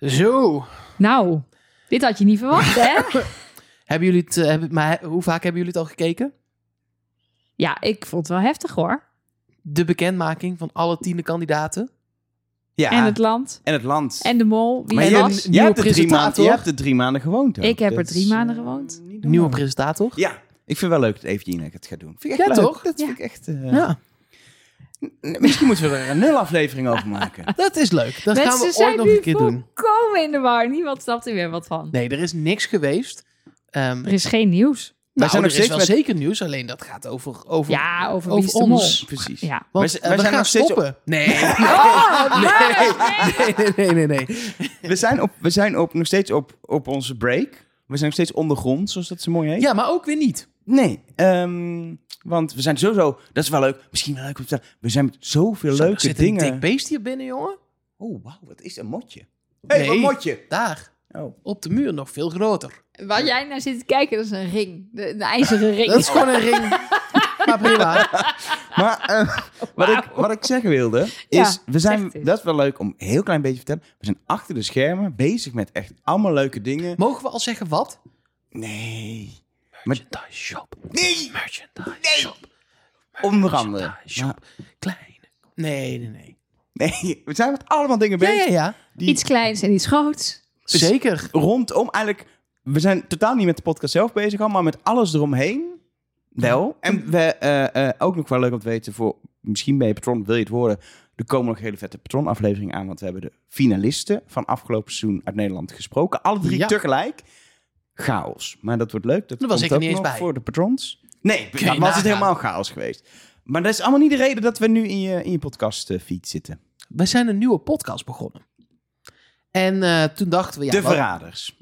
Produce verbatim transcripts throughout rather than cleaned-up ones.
Zo. Nou, dit had je niet verwacht, hè? Hebben jullie het, uh, hebben, maar hoe vaak hebben jullie het al gekeken? Ja, ik vond het wel heftig, hoor. De bekendmaking van alle tiende kandidaten. Ja. En het land. En het land. En de mol. Wie maar het jij, was. jij, hebt er drie maanden, presentator. jij hebt er drie maanden gewoond. Ook. Ik heb Dat er drie is, maanden uh, gewoond. niet normaal. Nieuwe presentator. Ja, ik vind wel leuk dat Eventine het gaat doen. Vind ik echt Ja, leuk. toch? Dat Ja. vind ik echt... Uh, Ja, n- Misschien moeten we er een nul aflevering over maken. dat is leuk. Dat Mensen gaan we zijn ooit nog nu een keer doen. volkomen in de war. Niemand snapt er weer wat van. Nee, er is niks geweest. Um, Er is geen nieuws. nou, zijn er nog is steeds wel met- zeker nieuws. Alleen dat gaat over, over, Ja, over, over wie is de ons. mol. Precies. Ja. Want Wij- uh, wij we zijn gaan nog steeds stoppen. Nee. Oh, nee, nee, nee, nee, nee. We zijn, op, we zijn op, nog steeds op, op onze break. We zijn nog steeds ondergrond, zoals dat zo mooi heet. Ja, maar ook weer niet. Nee, um, want we zijn sowieso... Dat is wel leuk. Misschien wel leuk om te vertellen. We zijn met zoveel Zo, er leuke zit dingen... een dik beest hier binnen, jongen. Oh, wauw. Wat is een motje? Hé, hey, Nee. een motje. Daar. Oh. Op de muur nog veel groter. Waar jij naar zit te kijken, dat is een ring. De, een ijzeren ring. Dat is gewoon een ring. Maar prima. Maar uh, wat, ik, wat ik zeggen wilde, is... Ja, we zijn, zeg het eens. dat is wel leuk om een heel klein beetje te vertellen. We zijn achter de schermen bezig met echt allemaal leuke dingen. Mogen we al zeggen wat? Nee. Merchandise shop. Nee. Merchandise Nee. shop. Onder andere. Merchandise shop. Kleine. Nee, nee, nee. Nee, we zijn met allemaal dingen Ja, bezig. ja, ja. Die Iets kleins en iets groots. Zeker. rondom eigenlijk... We zijn totaal niet met de podcast zelf bezig al, maar met alles eromheen wel. En we uh, uh, ook nog wel leuk om te weten voor... Misschien ben je patron, wil je het worden... Er komen nog hele vette patronafleveringen aan, want we hebben de finalisten van afgelopen seizoen uit Nederland gesproken. Alle drie Ja. tegelijk. Chaos. Maar dat wordt leuk. Dat Daar was komt ik er ook niet eens nog bij. voor de patrons. Nee, Kun je dan was het nagaan. helemaal chaos geweest. Maar dat is allemaal niet de reden dat we nu in je, in je podcast uh, feed zitten. We zijn een nieuwe podcast begonnen. En uh, toen dachten we... Ja, de wat- Verraders.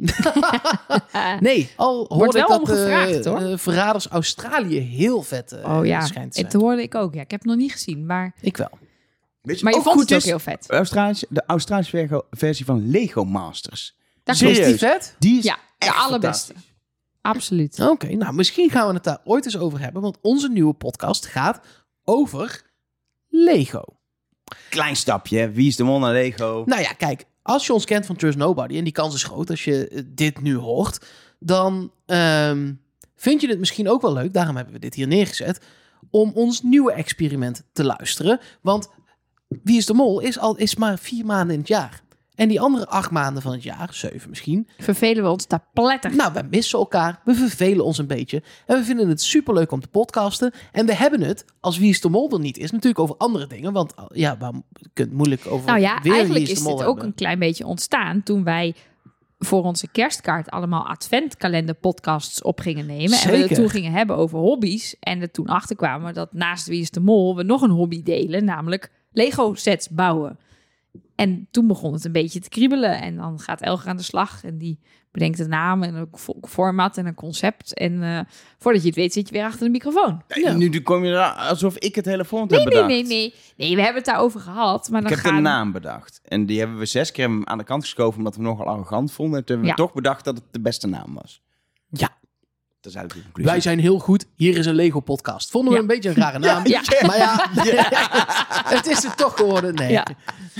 Nee, al hoorde Wordt wel ik dat om gevraagd, uh, hoor. uh, Verraders Australië heel vet uh, Oh ja, schijnt te zijn. dat hoorde ik ook. Ja, ik heb het nog niet gezien, maar, Ik wel. Weet je, maar je ook vond goed het ook is, heel vet. Australische, de Australische vergo- versie van Lego Masters. Dat Is die Serieus. vet? Die is Ja, de echt allerbeste. fantastisch. Absoluut. Oké, nou misschien gaan we het daar ooit eens over hebben. Want onze nieuwe podcast gaat over Lego. Klein stapje, hè. Wie is de mol naar Lego? Nou ja, kijk. Als je ons kent van Trust Nobody... en die kans is groot als je uh, dit nu hoort... dan um, vind je het misschien ook wel leuk... daarom hebben we dit hier neergezet... om ons nieuwe experiment te luisteren. Want Wie is de Mol is, al, is maar vier maanden in het jaar. En die andere acht maanden van het jaar, zeven misschien... Vervelen we ons daar pletter. Nou, we missen elkaar, we vervelen ons een beetje... en we vinden het superleuk om te podcasten. En we hebben het, als Wie is de Mol er niet is... natuurlijk over andere dingen. Want ja, waar, je kunt moeilijk over Nou ja, weer eigenlijk Wie is de Mol dit ook hebben. een klein beetje ontstaan toen wij voor onze kerstkaart allemaal adventkalender podcasts op gingen nemen. En we Zeker. het toen gingen hebben over hobby's. En er toen achterkwamen dat naast Wie is de Mol we nog een hobby delen, namelijk Lego sets bouwen. En toen begon het een beetje te kriebelen. En dan gaat Elger aan de slag en die bedenkt een naam en een vo- format en een concept. En uh, voordat je het weet zit je weer achter de microfoon. Nee, Ja. Nu nu kom je er alsof ik het hele front Nee, heb nee, bedacht. nee, nee. Nee, we hebben het daarover gehad. Maar Ik dan heb gaan... de naam bedacht. En die hebben we zes keer aan de kant geschoven... omdat we nogal arrogant vonden. En toen hebben we Ja. toch bedacht dat het de beste naam was. Ja, Dat is eigenlijk de conclusie. wij zijn heel goed. Hier is een Lego podcast. Vonden we Ja. een beetje een rare naam. Ja. Maar ja, het is het toch geworden. Nee. Ja.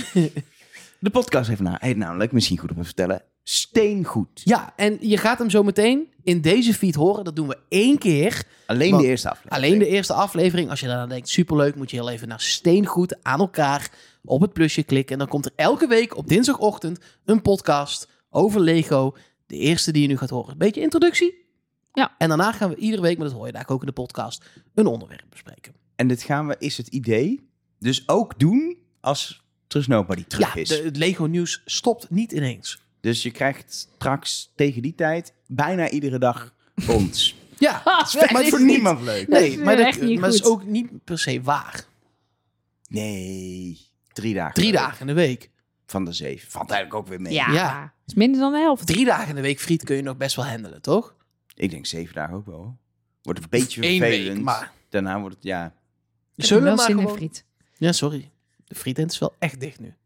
De podcast heeft na, heet namelijk, misschien goed om te vertellen... Steengoed. Ja, en je gaat hem zo meteen in deze feed horen. Dat doen we één keer. Alleen Want de eerste aflevering. Alleen de eerste aflevering. Als je dan denkt, superleuk, moet je heel even naar Steengoed aan elkaar op het plusje klikken. En dan komt er elke week op dinsdagochtend een podcast over Lego. De eerste die je nu gaat horen. Een beetje introductie. Ja. En daarna gaan we iedere week, maar dat hoor je daar ook in de podcast, een onderwerp bespreken. En dit gaan we, is het idee, dus ook doen als Trust Nobody terug Ja, is. de, het Lego nieuws stopt niet ineens. Dus je krijgt straks tegen die tijd bijna iedere dag ons. Ja, Ha, het dat Maar het is voor niet- niemand leuk. Dat Nee, is maar, dat, echt niet maar dat is goed. ook niet per se waar. Nee, drie dagen. Drie per week. dagen in de week. Van de zeven. Valt eigenlijk ook weer mee. Ja, Ja. dat is minder dan de helft. Drie dagen in de week friet kun je nog best wel handelen, toch? Ik denk zeven dagen ook wel. hoor. Wordt een beetje Eén vervelend. week, maar... Daarna wordt het, ja... Zullen we wel maar zin in gewoon... friet. Ja, sorry. De frietent is wel echt dicht nu.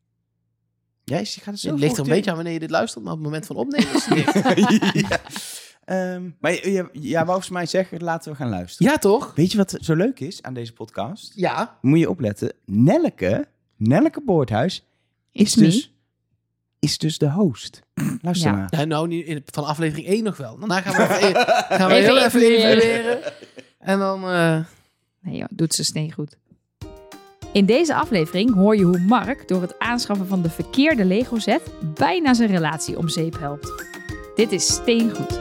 Jij gaat het zo Het ligt er vroeg een beetje aan wanneer je dit luistert, maar op het moment van opnemen is het dicht. ja. Ehm, maar je, ja, wou ze mij zeggen, laten we gaan luisteren. Ja, toch? Weet je wat zo leuk is aan deze podcast? Ja. Moet je opletten. Nelke, Nelke Boorthuis, Is is dus is dus de host. Luister Ja. maar. Ja, nou, niet in, van aflevering één nog wel. Daarna gaan we, even, gaan we Even heel even evalueren. evalueren. En dan... Uh... Nee joh, doet ze snee goed. In deze aflevering hoor je hoe Mark door het aanschaffen van de verkeerde Lego set bijna zijn relatie om zeep helpt. Dit is Steengoed.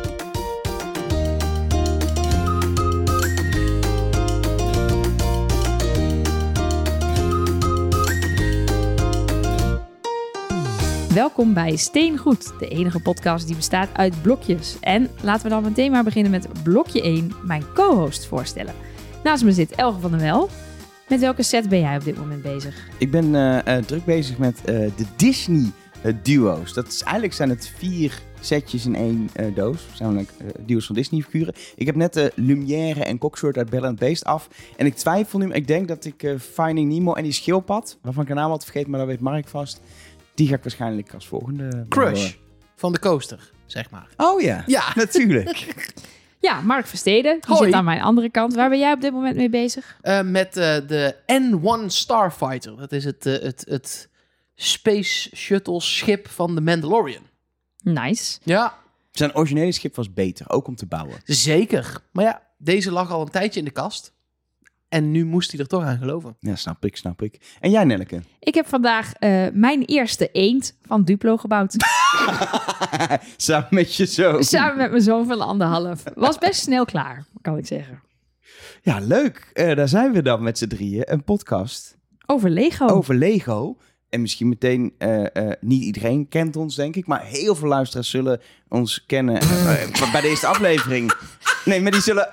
Welkom bij Steengoed, de enige podcast die bestaat uit blokjes. En laten we dan meteen maar beginnen met blokje één, mijn co-host voorstellen. Naast me zit Elge van der Wel. Met welke set ben jij op dit moment bezig? Ik ben uh, uh, druk bezig met uh, de Disney uh, duo's. Dat is, eigenlijk zijn het vier setjes in één uh, doos. Namelijk uh, duo's van Disney figuren. Ik heb net de Lumière en Cockshort uit Belle and Beast af. En ik twijfel nu, ik denk dat ik uh, Finding Nemo en die schildpad, waarvan ik de naam had vergeten, maar dat weet Mark vast. Die ga ik waarschijnlijk als volgende... Crush van de coaster, zeg maar. Oh ja, Ja. natuurlijk. Ja, Mark Versteden. Die Hoi. zit aan mijn andere kant. Waar ben jij op dit moment mee bezig? Uh, met uh, de N één Starfighter. Dat is het, uh, het, het Space Shuttle schip van de Mandalorian. Nice. Ja, Zijn originele schip was beter, ook om te bouwen. zeker. Maar ja, deze lag al een tijdje in de kast. En nu moest hij er toch aan geloven. Ja, snap ik, snap ik. En jij, Nelleke? Ik heb vandaag uh, mijn eerste eend van Duplo gebouwd. Samen met je zoon. Samen met mijn zoon van anderhalf. Was best snel klaar, kan ik zeggen. Ja, leuk. Uh, daar zijn we dan met z'n drieën. Een podcast Over Lego. over Lego. En misschien meteen, uh, uh, niet iedereen kent ons, denk ik. Maar heel veel luisteraars zullen ons kennen uh, bij de eerste aflevering. Nee, maar die zullen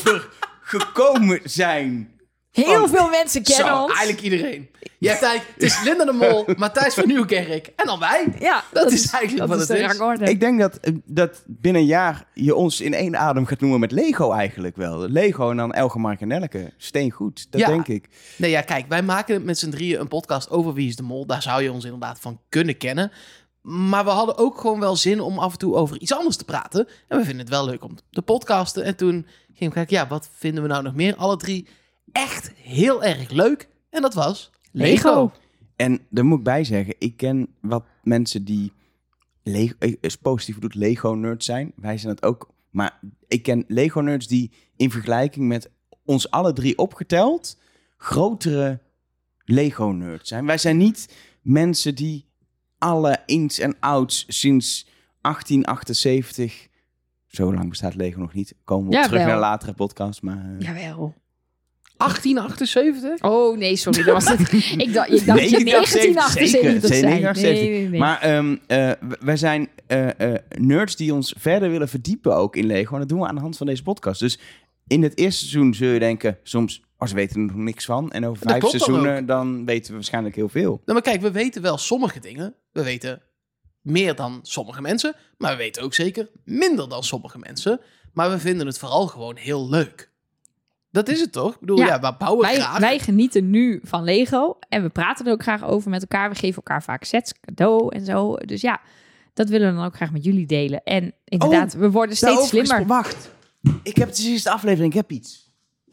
overgekomen zijn. Heel Oh, veel mensen kennen Zo, ons. eigenlijk iedereen. Je hebt eigenlijk, het is Linda de Mol, Matthijs van Nieuwkerk en dan wij. Ja, Dat is eigenlijk dat wat is het de is. rangorde. Ik denk dat, uh, dat binnen een jaar je ons in één adem gaat noemen met Lego eigenlijk wel. Lego en dan Elge, Mark en Nelleke. Steengoed, dat Ja. denk ik. Nee, ja, kijk, wij maken met z'n drieën een podcast over Wie is de Mol. Daar zou je ons inderdaad van kunnen kennen. Maar we hadden ook gewoon wel zin om af en toe over iets anders te praten. En we vinden het wel leuk om te podcasten. En toen ging ik kijken, ja, wat vinden we nou nog meer? Alle drie echt heel erg leuk. En dat was Lego. Lego. En daar moet ik bij zeggen, ik ken wat mensen die Lego, is positief bedoeld Lego-nerds zijn. Wij zijn het ook. Maar ik ken Lego-nerds die in vergelijking met ons alle drie opgeteld grotere Lego-nerds zijn. Wij zijn niet mensen die alle ins en outs sinds achttien achtenzeventig... Zo lang bestaat Lego nog niet. Komen we op Ja, terug wel. naar een latere podcast. Maar, uh, Jawel. achttien achtenzeventig? Oh nee, sorry. Dat was het. Ik dacht, ik dacht Nee, je ik dacht negentien achtenzeventig zeker, zei. negentien achtenzeventig. Nee, nee, nee. Maar um, uh, w- wij zijn uh, uh, nerds die ons verder willen verdiepen ook in Lego. En dat doen we aan de hand van deze podcast. Dus in het eerste seizoen zul je denken, soms, oh, ze weten er nog niks van. En over Dat vijf klopt dan seizoenen, dan weten we waarschijnlijk heel veel. Nou, maar kijk, we weten wel sommige dingen. We weten meer dan sommige mensen. Maar we weten ook zeker minder dan sommige mensen. Maar we vinden het vooral gewoon heel leuk. Dat is het toch? Ik bedoel, Ja. ja, we bouwen Wij, graag. wij genieten nu van Lego. En we praten er ook graag over met elkaar. We geven elkaar vaak sets, cadeau en zo. Dus ja, dat willen we dan ook graag met jullie delen. En inderdaad, we worden steeds Daarover is- slimmer. Wacht, ik heb het de eerste aflevering, ik heb iets.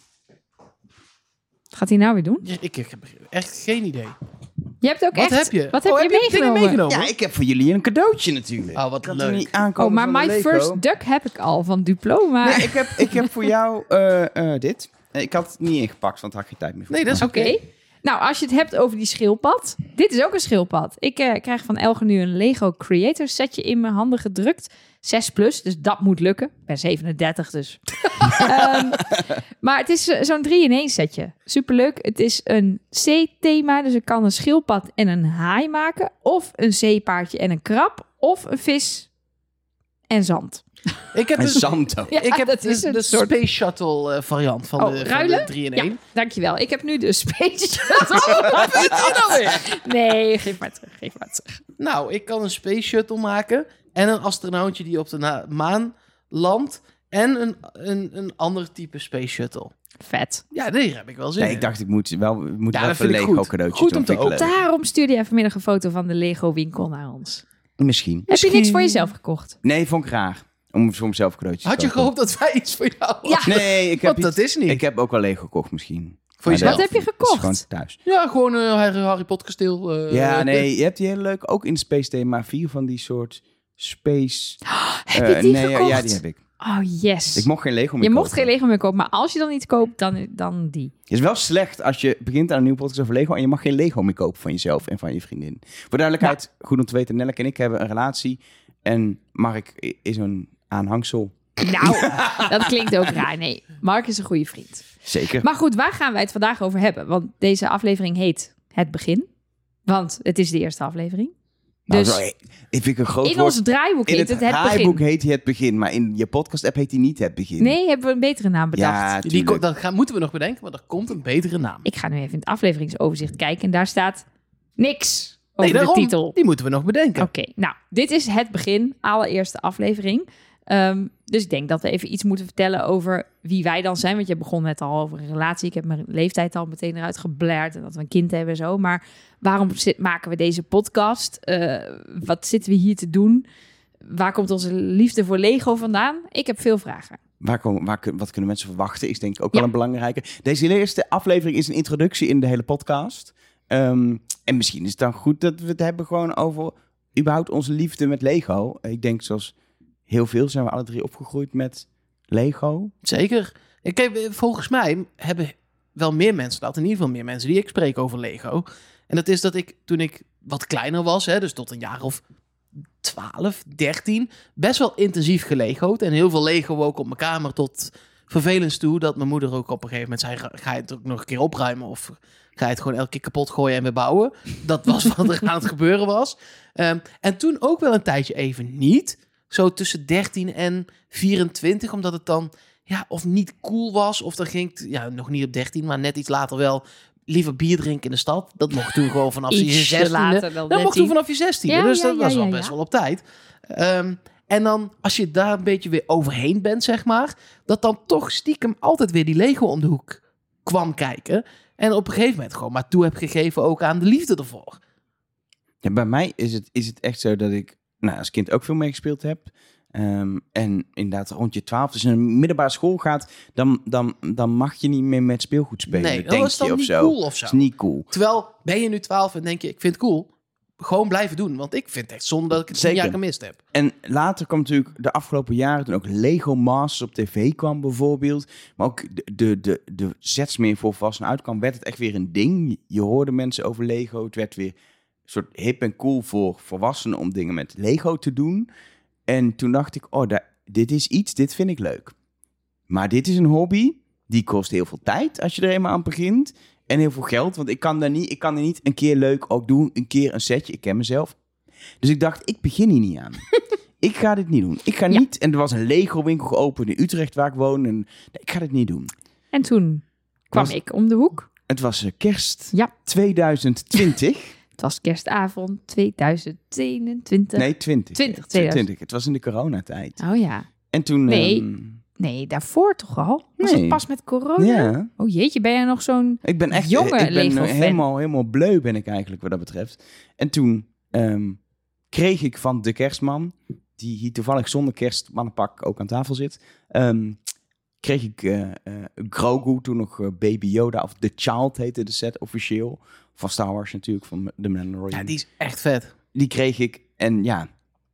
Wat gaat hij nou weer doen? Ja, ik, ik heb echt geen idee. Je hebt ook Wat echt... heb je? Wat heb Oh, je heb je dingen meegenomen? meegenomen? Ja, ik heb voor jullie een cadeautje natuurlijk. Oh, wat Ik had er leuk. niet aankomen Oh, maar van de My Lego. First Duck heb ik al van Duplo. Maar... Nee, ik heb, ik heb voor jou uh, uh, dit. Ik had het niet ingepakt, want ik had geen tijd meer voor. Nee, dat is Oké. oké. Nou, als je het hebt over die schildpad. Dit is ook een schildpad. Ik uh, krijg van Elge nu een Lego Creator setje in mijn handen gedrukt. zes plus, dus dat moet lukken. Ik ben zevenendertig, dus. um, maar het is uh, zo'n drie in één setje. Superleuk. Het is een C-thema, dus ik kan een schildpad en een haai maken. Of een zeepaardje en een krab. Of een vis en zand. Ik heb En dus, zand ook. Ja, ik heb dat de, is een de soort... Space Shuttle uh, variant van, Oh, de, van ruilen? de drie in Ja, één. dankjewel. Ik heb nu de Space Shuttle. Wat vind je nou weer? Nee, geef maar terug. Geef maar terug. Nou, ik kan een Space Shuttle maken. En een astronautje die op de na- maan landt. En een, een, een ander type Space Shuttle. Vet. Ja, daar heb ik wel zin Nee, in. ik dacht, ik moet wel, we moeten Ja, wel dat even een vind ik Lego goed. cadeautje Goed om te ontwikkelen. Daarom stuurde je vanmiddag een foto van de Lego winkel naar ons. Misschien. Heb je niks voor jezelf gekocht? Nee, vond ik raar. Om voor mezelf cadeautjes Had te je kopen. gehoopt dat wij iets voor jou hadden? Ja. Nee, ik heb, Want dat iets- is niet. ik heb ook wel Lego gekocht misschien. Voor jezelf. Wat heb je Het is gekocht? gewoon thuis. Ja, gewoon uh, Harry, Harry Potter kasteel. Uh, Ja, nee, je hebt die hele leuke, ook in de Space thema, vier van die soort space... Heb uh, je die nee, gekocht? Ja, die heb ik. Oh, yes. Ik mocht geen Lego meer je kopen. mocht geen Lego meer kopen, maar als je dan iets koopt, dan, dan die. Het is wel slecht als je begint aan een nieuwe podcast over Lego en je mag geen Lego meer kopen van jezelf en van je vriendin. Voor duidelijkheid, goed om te weten, Nelleke en ik hebben een relatie en Mark is een aanhangsel. Nou, dat klinkt ook raar. Nee, Mark is een goede vriend. Zeker. Maar goed, waar gaan wij het vandaag over hebben? Want deze aflevering heet Het Begin. Want het is de eerste aflevering. Nou, Dus zo, ik vind ik een groot in woord. ons draaiboek In heet het het Het draaiboek Begin. heet hij Het Begin, maar in je podcast-app heet hij niet Het Begin. Nee, hebben we een betere naam bedacht. Ja, Die, tuurlijk. ko- dat gaan, moeten we nog bedenken, maar er komt een betere naam. Ik ga nu even in het afleveringsoverzicht kijken en daar staat niks over Nee, daarom, de titel. die moeten we nog bedenken. Oké, nou, dit is Het Begin, allereerste aflevering. Um, dus ik denk dat we even iets moeten vertellen over wie wij dan zijn. Want je begon net al over een relatie. Ik heb mijn leeftijd al meteen eruit geblerd en dat we een kind hebben en zo. Maar waarom zit, maken we deze podcast? Uh, wat zitten we hier te doen? Waar komt onze liefde voor Lego vandaan? Ik heb veel vragen. Waar komen, waar, kun- wat kunnen mensen verwachten is denk ik ook Ja. wel een belangrijke. Deze eerste aflevering is een introductie in de hele podcast. Um, en misschien is het dan goed dat we het hebben gewoon over überhaupt onze liefde met Lego. Ik denk zoals heel veel zijn we alle drie opgegroeid met Lego. Zeker. Ik heb, volgens mij hebben wel meer mensen dat. In ieder geval meer mensen die ik spreek over Lego. En dat is dat ik toen ik wat kleiner was, hè, dus tot een jaar of twaalf, dertien, best wel intensief gelego'd. En heel veel Lego ook op mijn kamer tot vervelens toe. Dat mijn moeder ook op een gegeven moment zei, ga, ga je het ook nog een keer opruimen? Of ga je het gewoon elke keer kapot gooien en weer bouwen? Dat was wat er aan het gebeuren was. Um, en toen ook wel een tijdje even niet. Zo tussen dertien en vierentwintig, omdat het dan ja, of niet cool was, of dan ging het, ja, nog niet op dertien, maar net iets later wel, liever bier drinken in de stad. Dat mocht toen gewoon vanaf je Ietsje zestiende. later dan Dat mocht toen dertien. vanaf je zestiende, Ja, dus ja, dat ja, was wel ja, best ja. wel op tijd. Um, en dan, als je daar een beetje weer overheen bent, zeg maar, dat dan toch stiekem altijd weer die Lego om de hoek kwam kijken. En op een gegeven moment gewoon maar toe heb gegeven ook aan de liefde ervoor. Ja, bij mij is het, is het echt zo dat ik nou, als kind ook veel meegespeeld heb. Um, en inderdaad rond je twaalf, dus in een middelbare school gaat, dan, dan, dan mag je niet meer met speelgoed spelen. Nee, dat denk was dan je, of niet zo. cool of zo. Dat is niet cool. Terwijl, ben je nu twaalf en denk je, ik vind het cool, gewoon blijven doen. Want ik vind het echt zonde dat ik het tien Zeker. jaar gemist heb. En later kwam natuurlijk de afgelopen jaren toen ook Lego Masters op tv kwam bijvoorbeeld. Maar ook de, de, de, de zets meer voor volwassenen uitkwam, werd het echt weer een ding. Je hoorde mensen over Lego. Het werd weer een soort hip en cool voor volwassenen om dingen met Lego te doen. En toen dacht ik, oh, daar, dit is iets, dit vind ik leuk. Maar dit is een hobby, die kost heel veel tijd als je er eenmaal aan begint. En heel veel geld, want ik kan daar niet, ik kan er niet een keer leuk ook doen, een keer een setje. Ik ken mezelf. Dus ik dacht, ik begin hier niet aan. Ik ga dit niet doen. Ik ga Ja. niet, en er was een Lego winkel geopend in Utrecht waar ik woon. En nee, ik ga dit niet doen. En toen kwam Was- ik om de hoek. Het was eh, kerst Ja. tweeduizend twintig. Het was kerstavond tweeduizend eenentwintig. Nee, twintig. twintig, Eh, tweeduizend. twintig. Het was in de coronatijd. Oh ja. En toen... Nee. ehm, Nee, daarvoor toch al? Was Nee. het pas met corona? ja. Oh jeetje, ben jij nog zo'n... Ik ben echt Jonge ik ben Lego-fan. helemaal, helemaal bleu ben ik eigenlijk wat dat betreft. En toen ehm, kreeg ik van de kerstman, die hier toevallig zonder kerstmannenpak ook aan tafel zit, ehm, kreeg ik eh, eh, Grogu, toen nog eh, Baby Yoda, of The Child heette de set officieel, van Star Wars natuurlijk, van The Mandalorian. Ja, die is echt vet. Die kreeg ik en ja,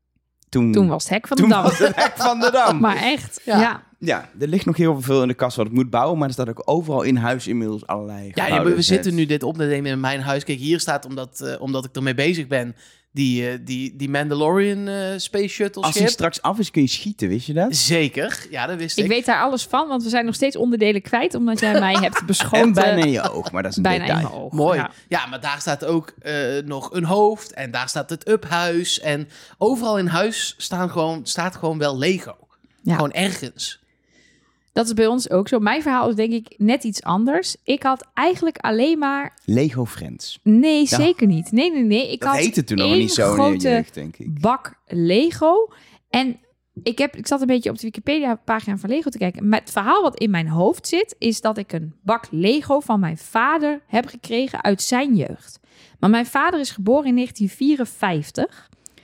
toen, Toen was het hek van de toen dam. was het hek van de dam. Maar echt, Ja. ja. Ja, er ligt nog heel veel in de kast wat ik moet bouwen, maar er staat ook overal in huis inmiddels allerlei Ja, ja, gebouwde we, we sets. zitten nu dit op te nemen in mijn huis. Kijk, hier staat, omdat, uh, omdat ik ermee bezig ben, die, uh, die, die Mandalorian uh, Space Shuttle Als schip. hij straks af is, kun je schieten, wist je dat? Zeker, ja, dat wist ik. Ik weet daar alles van, want we zijn nog steeds onderdelen kwijt, omdat jij mij hebt beschoten. En bijna in je oog, maar dat is een Bijna in detail. mijn oog. Mooi. Ja. Ja. maar daar staat ook uh, nog een hoofd en daar staat het uphuis. En overal in huis staan gewoon, staat gewoon wel Lego. Ja. Gewoon ergens. Dat is bij ons ook zo. Mijn verhaal is denk ik net iets anders. Ik had eigenlijk alleen maar... Lego Friends. Nee, zeker niet. Nee, nee, nee. Ik Dat had heette toen nog één niet zo in je grote jeugd, denk ik. bak Lego. En ik, heb, ik zat een beetje op de Wikipedia-pagina van Lego te kijken. Maar het verhaal wat in mijn hoofd zit, is dat ik een bak Lego van mijn vader heb gekregen uit zijn jeugd. Maar mijn vader is geboren in negentien vierenvijftig.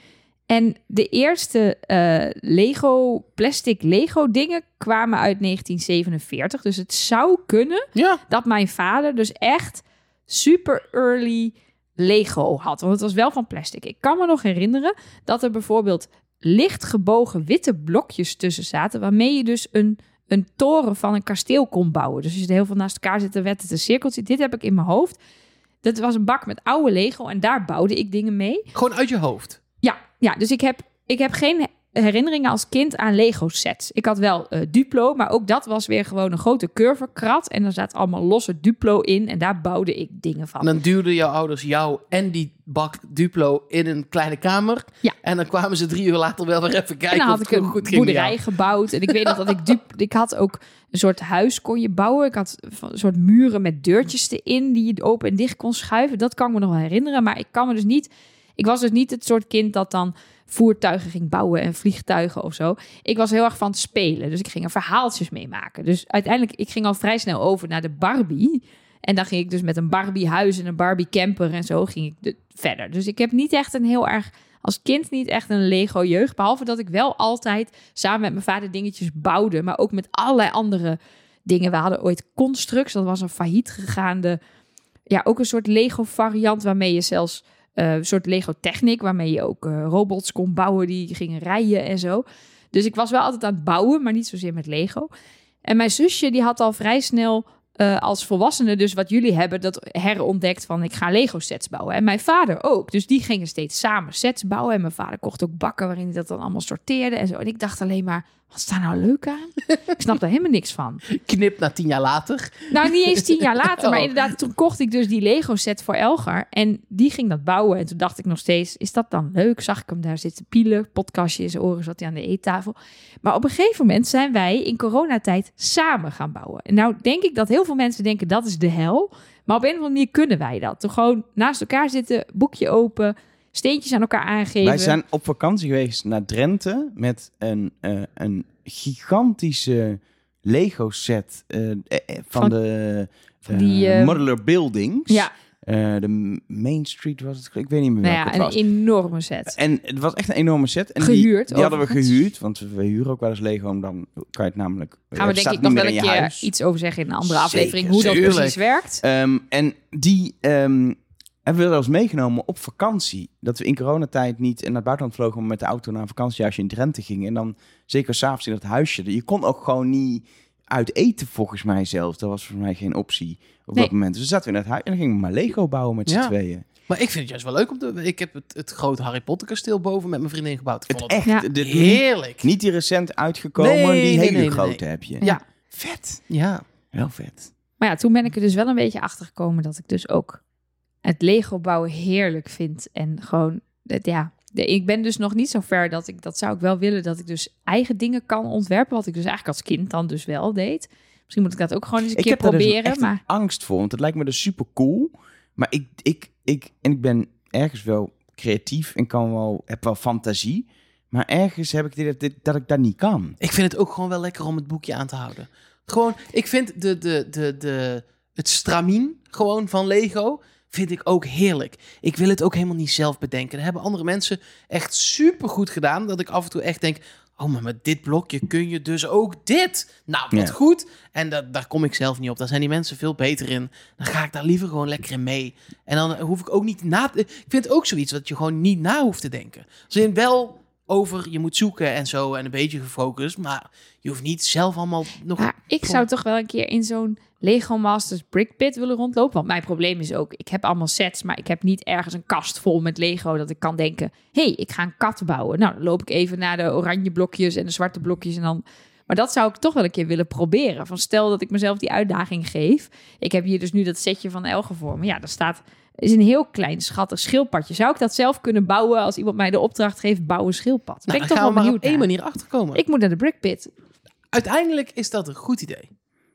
En de eerste uh, Lego, plastic Lego dingen kwamen uit negentien zevenenveertig. Dus het zou kunnen Ja. dat mijn vader dus echt super early Lego had. Want het was wel van plastic. Ik kan me nog herinneren dat er bijvoorbeeld licht gebogen witte blokjes tussen zaten, waarmee je dus een, een toren van een kasteel kon bouwen. Dus als je er heel veel naast elkaar zit, dan werd het een cirkeltje. Dit heb ik in mijn hoofd. Dat was een bak met oude Lego en daar bouwde ik dingen mee. Gewoon uit je hoofd. Ja, ja dus ik heb, ik heb geen herinneringen als kind aan Lego sets. Ik had wel uh, Duplo, maar ook dat was weer gewoon een grote curverkrat. En er zat allemaal losse Duplo in en daar bouwde ik dingen van. En dan duwden jouw ouders jou en die bak Duplo in een kleine kamer. Ja. En dan kwamen ze drie uur later wel weer even kijken en dan had of het ik een goed ging. boerderij Ja. gebouwd. En ik weet nog dat ik... Dup, ik had ook een soort huis kon je bouwen. Ik had een soort muren met deurtjes erin die je open en dicht kon schuiven. Dat kan ik me nog wel herinneren. Maar ik kan me dus niet... Ik was dus niet het soort kind dat dan voertuigen ging bouwen en vliegtuigen of zo. Ik was heel erg van het spelen. Dus ik ging er verhaaltjes mee maken. Dus uiteindelijk, ik ging al vrij snel over naar de Barbie. En dan ging ik dus met een Barbie huis en een Barbie camper en zo ging ik de, verder. Dus ik heb niet echt een heel erg... Als kind niet echt een Lego jeugd. Behalve dat ik wel altijd samen met mijn vader dingetjes bouwde. Maar ook met allerlei andere dingen. We hadden ooit Constructs. Dat was een failliet gegaande... Ja, ook een soort Lego variant waarmee je zelfs... Uh, een soort Lego Technic, waarmee je ook uh, robots kon bouwen die gingen rijden en zo. Dus ik was wel altijd aan het bouwen, maar niet zozeer met Lego. En mijn zusje, die had al vrij snel uh, als volwassene, dus wat jullie hebben, dat herontdekt van ik ga Lego sets bouwen. En mijn vader ook. Dus die gingen steeds samen sets bouwen. En mijn vader kocht ook bakken waarin hij dat dan allemaal sorteerde en zo. En ik dacht alleen maar, wat is daar nou leuk aan? Ik snap daar helemaal niks van. Knip na tien jaar later. Nou, niet eens tien jaar later. Maar Oh. inderdaad, toen kocht ik dus die Lego set voor Elgar. En die ging dat bouwen. En toen dacht ik nog steeds, is dat dan leuk? Zag ik hem daar zitten pielen. Podcastje in zijn oren, zat hij aan de eettafel. Maar op een gegeven moment zijn wij in coronatijd samen gaan bouwen. En nou denk ik dat heel veel mensen denken, dat is de hel. Maar op een of andere manier kunnen wij dat. Toen gewoon naast elkaar zitten, boekje open... steentjes aan elkaar aangeven. Wij zijn op vakantie geweest naar Drenthe met een, uh, een gigantische Lego set uh, uh, van, Van- de van die, uh, uh, Modular Buildings. Ja, Uh, de Main Street was het, ik weet niet meer nou welke ja, het een was. enorme set. En het was echt een enorme set. En Gehuurd, Die, die hadden we overigens. gehuurd, want we huren ook wel eens Lego. En dan kan je het namelijk... Gaan we het denk staat ik niet nog wel meer een in je keer huis. iets over zeggen in een andere Zeker, aflevering. Hoe dat tuurlijk. precies werkt. Um, en die um, hebben we wel eens meegenomen op vakantie. Dat we in coronatijd niet naar het buitenland vlogen, maar met de auto naar een vakantiehuisje in Drenthe gingen. En dan zeker s'avonds in dat huisje. Je kon ook gewoon niet uit eten volgens mij zelf. Dat was voor mij geen optie op Nee. dat moment. Dus we zaten we in het huis en dan gingen we maar Lego bouwen met z'n Ja. tweeën. Maar ik vind het juist wel leuk om te... Ik heb het, het grote Harry Potter kasteel boven met mijn vriendin gebouwd. Ik Het vond het echt, Ja. de, de- niet, heerlijk. niet die recent uitgekomen, Nee, die nee, hele nee, nee, grote nee. heb je. Ja. Vet. Ja. Wel vet. Maar ja, toen ben ik er dus wel een beetje achter gekomen dat ik dus ook het Lego bouwen heerlijk vind. En gewoon, het, ja, de, ik ben dus nog niet zo ver dat ik, dat zou ik wel willen, dat ik dus eigen dingen kan ontwerpen. Wat ik dus eigenlijk als kind dan dus wel deed. Misschien moet ik dat ook gewoon eens een Ik keer heb daar dus proberen. echt maar een angst voor, want het lijkt me dus super cool. Maar ik, ik, ik, en ik ben ergens wel creatief en kan wel, heb wel fantasie. Maar ergens heb ik dit, dit, dat ik dat niet kan. Ik vind het ook gewoon wel lekker om het boekje aan te houden. Gewoon, ik vind de, de, de, de, het stramien gewoon van Lego vind ik ook heerlijk. Ik wil het ook helemaal niet zelf bedenken. Dat hebben andere mensen echt super goed gedaan. Dat ik af en toe echt denk, oh, maar met dit blokje kun je dus ook dit. Nou, wat Ja. goed. En dat, daar kom ik zelf niet op. Daar zijn die mensen veel beter in. Dan ga ik daar liever gewoon lekker in mee. En dan hoef ik ook niet na... Ik vind het ook zoiets wat je gewoon niet na hoeft te denken. Als in wel over, je moet zoeken en zo en een beetje gefocust. Maar je hoeft niet zelf allemaal nog... ja, ik zou toch wel een keer in zo'n Lego Masters Brick Pit willen rondlopen. Want mijn probleem is ook, ik heb allemaal sets, maar ik heb niet ergens een kast vol met Lego dat ik kan denken, hé, hey, ik ga een kat bouwen. Nou, dan loop ik even naar de oranje blokjes en de zwarte blokjes en dan... Maar dat zou ik toch wel een keer willen proberen. Van stel dat ik mezelf die uitdaging geef. Ik heb hier dus nu dat setje van Elge voor me. Ja, daar staat is een heel klein schattig schildpadje. Zou ik dat zelf kunnen bouwen als iemand mij de opdracht geeft, bouw een schildpad? Ben Nou, ik dan toch gaan wel we maar op benieuwd één naar. manier achterkomen. Ik moet naar de Brick Pit. Uiteindelijk is dat een goed idee.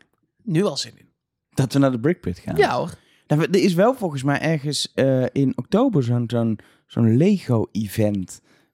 Nu al zin in. Dat we naar de Brick Pit gaan. Ja hoor. Nou, er is wel volgens mij ergens uh, in oktober zo'n zo'n zo'n Lego-event.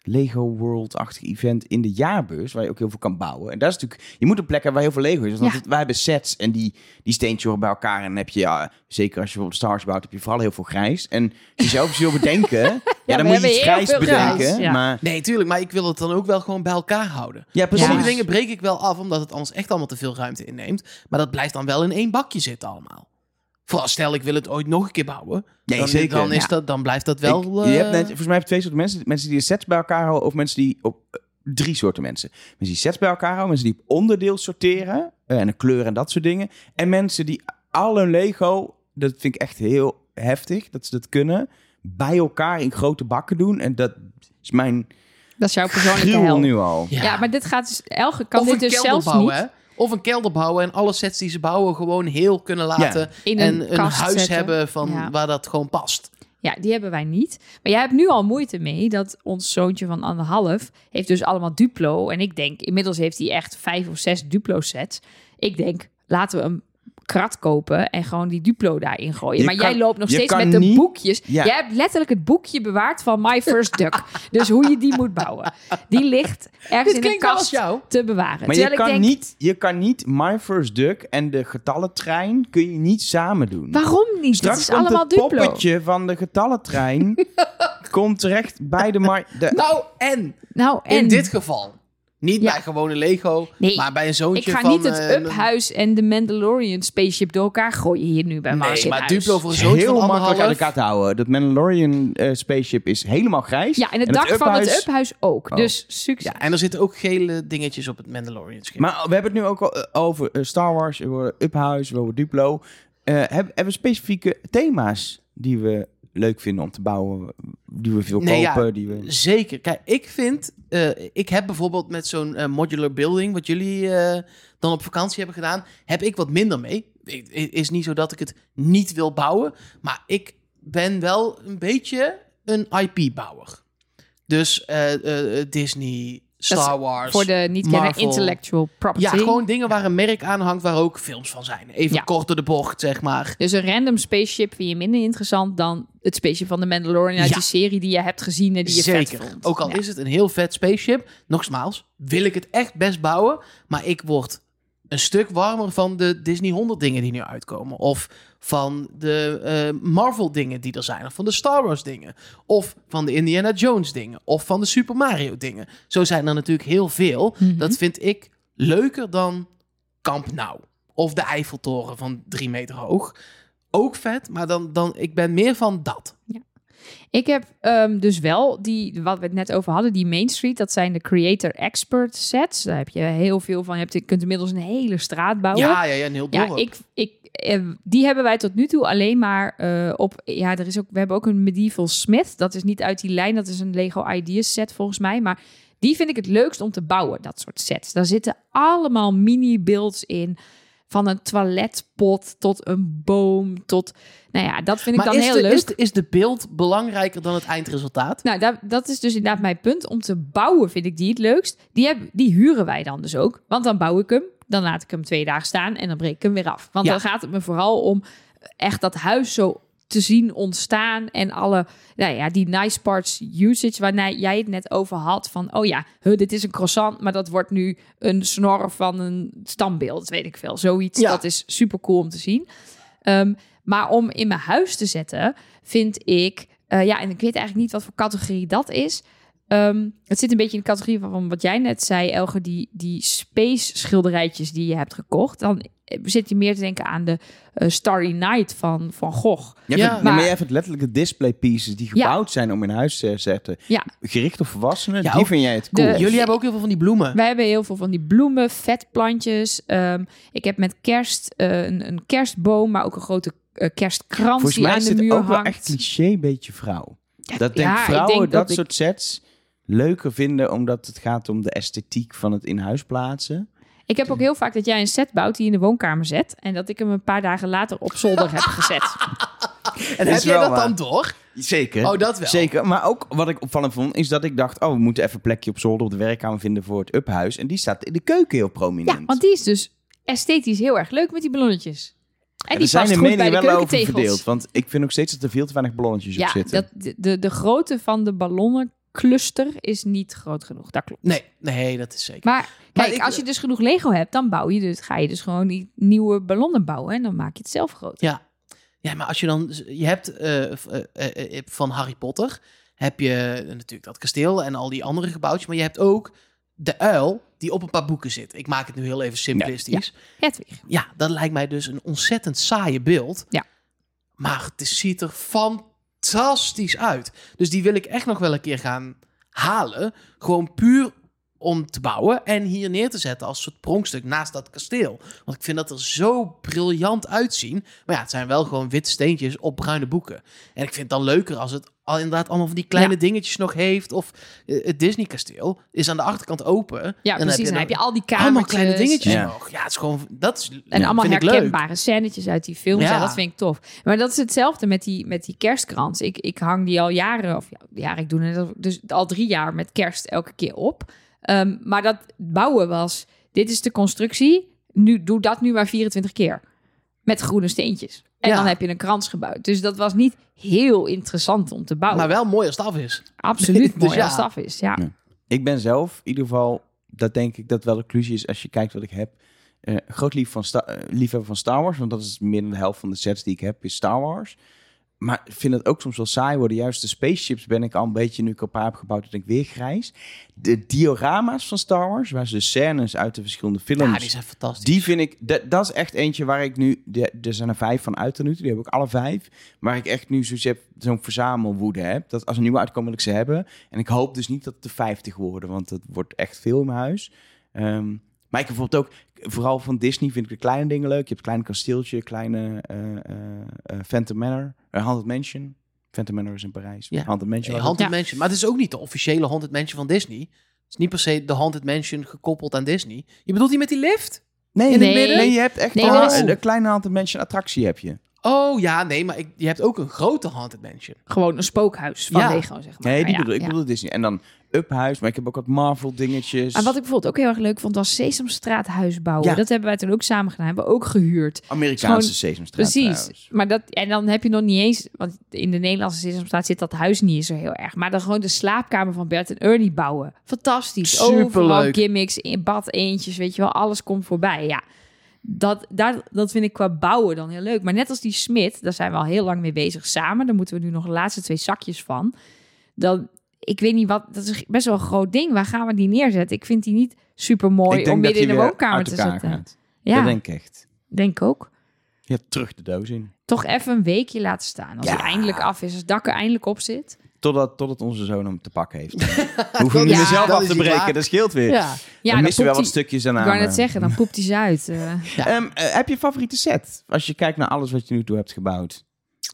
Lego World-achtig event in de jaarbeurs, waar je ook heel veel kan bouwen. En dat is natuurlijk, je moet een plek hebben waar heel veel Lego is. Want Ja. het, wij hebben sets en die, die steentjes horen bij elkaar. En dan heb je, ja, zeker als je bijvoorbeeld Star Wars bouwt, heb je vooral heel veel grijs. En als je zelf iets wil bedenken, ja, we dan moet je hebben iets heel grijs veel bedenken. grijs, ja. Maar Nee, tuurlijk, maar ik wil het dan ook wel gewoon bij elkaar houden. ja, precies. Sommige dingen breek ik wel af, omdat het anders echt allemaal te veel ruimte inneemt. Maar dat blijft dan wel in één bakje zitten allemaal. Vooral stel, ik wil het ooit nog een keer bouwen. Nee, dan, zeker. Dan, is Ja. dat, dan blijft dat wel... Ik- je eh, hebt net, volgens mij heb je twee soorten mensen. Mensen die de sets bij elkaar houden of mensen die op eh, drie soorten mensen. Mensen die sets bij elkaar houden, mensen die op onderdeel sorteren eh, en de kleur en dat soort dingen. En mensen die al hun Lego, dat vind ik echt heel heftig, dat ze dat kunnen, bij elkaar in grote bakken doen. En dat is mijn Dat is jouw persoonlijke gruwel hel. nu al. ja. Ja, maar dit gaat dus... Elge kan of dit een dus kelder zelfs bouwen, niet hè? Of een kelder bouwen en alle sets die ze bouwen gewoon heel kunnen laten. in en een een kast huis zetten. hebben van Ja. waar dat gewoon past. Ja, die hebben wij niet. Maar jij hebt nu al moeite mee dat ons zoontje van anderhalf heeft dus allemaal Duplo. En ik denk, inmiddels heeft hij echt vijf of zes Duplo sets. Ik denk, laten we een krat kopen en gewoon die Duplo daarin gooien. Je maar kan- jij loopt nog je steeds kan met de niet- boekjes. Ja. Jij hebt letterlijk het boekje bewaard van My First Duck. Dus hoe je die moet bouwen. Die ligt ergens Dit in een klinkt wel als kast jou. te bewaren. Maar je Terwijl ik kan, denk, niet, je kan niet My First Duck en de getallentrein kun je niet samen doen. waarom niet? Straks Het is komt allemaal het Duplo. poppetje van de getallentrein komt terecht bij de... Mar- de Nou, en Nou, en in dit geval. Niet Ja. bij gewone Lego, Nee, maar bij een zoontje ik ga van... niet het eh, een- Up-huis en de Mandalorian spaceship door elkaar gooien hier nu bij Mars Nee, in maar huis. Duplo voor een zoontje heel van makkelijk aan de anderhalf. kaart houden. Dat Mandalorian eh, spaceship is helemaal grijs. Ja, en het dak van het Up-huis- Up-huis ook. Oh. Dus succes. Ja, en er zitten ook gele dingetjes op het Mandalorian schip. Maar we hebben het nu ook al eh, over eh, Star Wars, over Uphuis, over Duplo. Eh, hebben, hebben we specifieke thema's die we leuk vinden om te bouwen, die we veel Nee, ja. kopen? Die we... Zeker. Kijk, ik vind... eh, ik heb bijvoorbeeld met zo'n eh, modular building... wat jullie eh, dan op vakantie hebben gedaan... heb ik wat minder mee. Het is niet zo dat ik het niet wil bouwen... maar ik ben wel een beetje een I P-bouwer. Dus eh, eh, Disney, Dat is Star Wars, Voor de niet kennen Marvel. intellectual property. Ja, gewoon dingen waar een merk aan hangt... waar ook films van zijn. Even Ja. kort door de bocht, zeg maar. Dus een random spaceship vind je minder interessant dan het spaceship van de Mandalorian uit Ja. die serie die je hebt gezien en die je vet Zeker. vond. Ook al Ja. is het een heel vet spaceship, nogmaals, wil ik het echt best bouwen. Maar ik word een stuk warmer van de Disney honderd dingen die nu uitkomen. Of van de eh, Marvel dingen die er zijn. Of van de Star Wars dingen. Of van de Indiana Jones dingen. Of van de Super Mario dingen. Zo zijn er natuurlijk heel veel. Mhm. Dat vind ik leuker dan Camp Nou. Of de Eiffeltoren van drie meter hoog. Ook vet, maar dan, dan, ik ben meer van dat. Ik heb ehm, dus wel die, wat we het net over hadden, die Main Street. Dat zijn de Creator Expert sets. Daar heb je heel veel van. Je, hebt, je kunt inmiddels een hele straat bouwen. Ja, ja, ja, een heel dorp. Ja, ik, ik, eh, die hebben wij tot nu toe alleen maar eh, op... Ja, er is ook, we hebben ook een Medieval Smith. Dat is niet uit die lijn. Dat is een Lego Ideas set volgens mij. Maar die vind ik het leukst om te bouwen, dat soort sets. Daar zitten allemaal mini-builds in. Van een toiletpot tot een boom tot... Nou ja, dat vind ik maar dan is heel de, leuk. Is de, is de beeld belangrijker dan het eindresultaat? Nou, dat, dat is dus inderdaad mijn punt. Om te bouwen vind ik die het leukst. Die, heb, die huren wij dan dus ook. Want dan bouw ik hem. Dan laat ik hem twee dagen staan en dan breek ik hem weer af. Want Ja. dan gaat het me vooral om echt dat huis zo te zien ontstaan. En alle, nou ja, die nice parts usage waar jij het net over had. Van, oh ja, huh, dit is een croissant, maar dat wordt nu een snor van een standbeeld. Dat weet ik veel. Zoiets, Ja. dat is super cool om te zien. Um, maar om in mijn huis te zetten, vind ik... Uh, ja, en ik weet eigenlijk niet wat voor categorie dat is. Um, het zit een beetje in de categorie van, van wat jij net zei, Elger. Die, die space schilderijtjes die je hebt gekocht. Dan zit je meer te denken aan de uh, Starry Night van Van Gogh. Ja, Ja, maar, maar- maar jij vindt letterlijk de display pieces die Ja. gebouwd zijn om in huis te zetten. Ja. Gericht op volwassenen, Ja, die ook vind jij het de- cool. Jullie hebben ook heel veel van die bloemen. Wij hebben heel veel van die bloemen, vetplantjes. Um, ik heb met kerst uh, een, een kerstboom, maar ook een grote uh, kerstkrans Volgens die mij aan is de dit muur ook wel hangt. echt cliché beetje vrouw. Dat denk ja, ik vrouwen denk dat, dat ik- soort sets leuker vinden omdat het gaat om de esthetiek van het in huis plaatsen. Ik heb ook heel vaak dat jij een set bouwt die je in de woonkamer zet. En dat ik hem een paar dagen later op zolder heb gezet. En is heb jij wel dat waar. dan door? Zeker. Oh, dat wel. Zeker. Maar ook wat ik opvallend vond, is dat ik dacht, oh, we moeten even een plekje op zolder op de werkkamer vinden voor het uphuis. En die staat in de keuken heel prominent. Ja, want die is dus esthetisch heel erg leuk met die ballonnetjes. En En die er zijn past de goed bij meningen de wel over keukentegels. verdeeld. Want ik vind ook steeds dat er veel te weinig ballonnetjes op Ja, zitten. dat, de, de, de grootte van de ballonnen cluster is niet groot genoeg. Dat klopt. Nee, nee, dat is zeker. Maar kijk, ik- als je dus genoeg Lego hebt, dan bouw je dus, ga je dus gewoon die nieuwe ballonnen bouwen en dan maak je het zelf groot. Ja. Ja, maar als je dan... Je hebt eh, v- eh, eh, eh, van Harry Potter... heb je natuurlijk dat kasteel en al die andere gebouwtjes. Maar je hebt ook de uil die op een paar boeken zit. Ik maak het nu heel even simplistisch. Hedwig. Ja, dat lijkt mij dus een ontzettend saaie beeld. Ja. Maar het is- ziet er fantastisch uit. Dus die wil ik echt nog wel een keer gaan halen. Gewoon puur om te bouwen en hier neer te zetten als soort pronkstuk naast dat kasteel. Want ik vind dat er zo briljant uitzien. Maar ja, het zijn wel gewoon witte steentjes op bruine boeken. En ik vind het dan leuker als het al inderdaad allemaal van die kleine Ja. dingetjes nog heeft. Of uh, het Disney-kasteel is aan de achterkant open. Ja, En precies. Dan heb je al die allemaal kamertjes. kleine dingetjes Ja. nog. Ja, het is gewoon... Dat is, En ja, allemaal vind ik leuk. herkenbare scènetjes uit die films. Ja. Ja. dat vind ik tof. Maar dat is hetzelfde met die, met die kerstkrans. Ik, ik hang die al jaren, of ja, jaren, ik doe het dus al drie jaar met kerst elke keer op. Um, maar dat bouwen was, dit is de constructie, nu doe dat nu maar vierentwintig keer. Met groene steentjes. En Ja. dan heb je een krans gebouwd. Dus dat was niet heel interessant om te bouwen. Maar wel mooi als het af is. Absoluut Dus mooi ja. als het af is, ja. Ja. Ik ben zelf, in ieder geval, dat denk ik dat wel de conclusie is als je kijkt wat ik heb. Uh, groot lief van Sta- uh, liefhebber van Star Wars, want dat is meer dan de helft van de sets die ik heb, is Star Wars. Maar ik vind het ook soms wel saai worden. Juist de spaceships ben ik al een beetje, nu ik een paar heb gebouwd, dat ik weer grijs. De diorama's van Star Wars, waar ze de scènes uit de verschillende films... Ja, die zijn fantastisch. Die vind ik, dat, dat is echt eentje waar ik nu, de, er zijn er vijf van uit tot nu toe, die heb ik alle vijf. Waar ik echt nu zoiets heb, zo'n verzamelwoede heb. Dat als er nieuwe uitkomen, wil ik ze hebben. En ik hoop dus niet dat het de vijftig worden, want dat wordt echt veel in mijn huis. Um, maar ik heb bijvoorbeeld ook, vooral van Disney vind ik de kleine dingen leuk. Je hebt een klein kasteeltje, kleine uh, uh, uh, Phantom Manor, uh, Haunted Mansion. Phantom Manor is in Parijs. Ja. Haunted Mansion. Nee, was Haunted Ja. Mansion. Maar het is ook niet de officiële Haunted Mansion van Disney. Het is niet per se de Haunted Mansion gekoppeld aan Disney. Je bedoelt die met die lift? Nee, in het nee, midden? nee, je hebt echt Nee, een, dat is- een, een kleine Haunted Mansion attractie heb je. Oh ja, nee, maar ik, je hebt ook een grote Haunted Mansion. Gewoon een spookhuis van Ja. Lego, zeg maar. Nee, die Ja, bedoel, ik ja. bedoel Disney. En dan Uphuis, maar ik heb ook wat Marvel dingetjes. En wat ik bijvoorbeeld ook heel erg leuk vond, was Sesamstraathuis bouwen. Ja. Dat hebben wij toen ook samen gedaan. Hebben we ook gehuurd. Amerikaanse Gewoon- Sesamstraat Precies. trouwens. Maar dat, en dan heb je nog niet eens, want in de Nederlandse Sesamstraat zit dat huis niet zo heel erg. Maar dan gewoon de slaapkamer van Bert en Ernie bouwen. Fantastisch. Superleuk. Overal gimmicks, in bad eentjes, weet je wel. Alles komt voorbij. Ja, dat, daar, dat vind ik qua bouwen dan heel leuk. Maar net als die Smit, daar zijn we al heel lang mee bezig samen. Daar moeten we nu nog de laatste twee zakjes van. Dan, ik weet niet wat, dat is best wel een groot ding. Waar gaan we die neerzetten? Ik vind die niet super mooi Ik denk om dat midden in die de weer woonkamer uit te elkaar zetten. gaat. Ja, Dat denk ik echt. denk ik ook. Je hebt terug de doos in. Toch even een weekje laten staan. Als Ja. hij eindelijk af is, als het dak er eindelijk op zit. Totdat, totdat onze zoon hem te pakken heeft. Hoeven we hem Ja, niet zelf dat af is te niet breken, waar. dat scheelt weer. Ja. Ja, dan dan missen we wel poept wat hij- stukjes aan. Ik wou net zeggen, dan poept hij ze uit. eh. Ja. Um, uh, heb je een favoriete set? Als je kijkt naar alles wat je nu toe hebt gebouwd.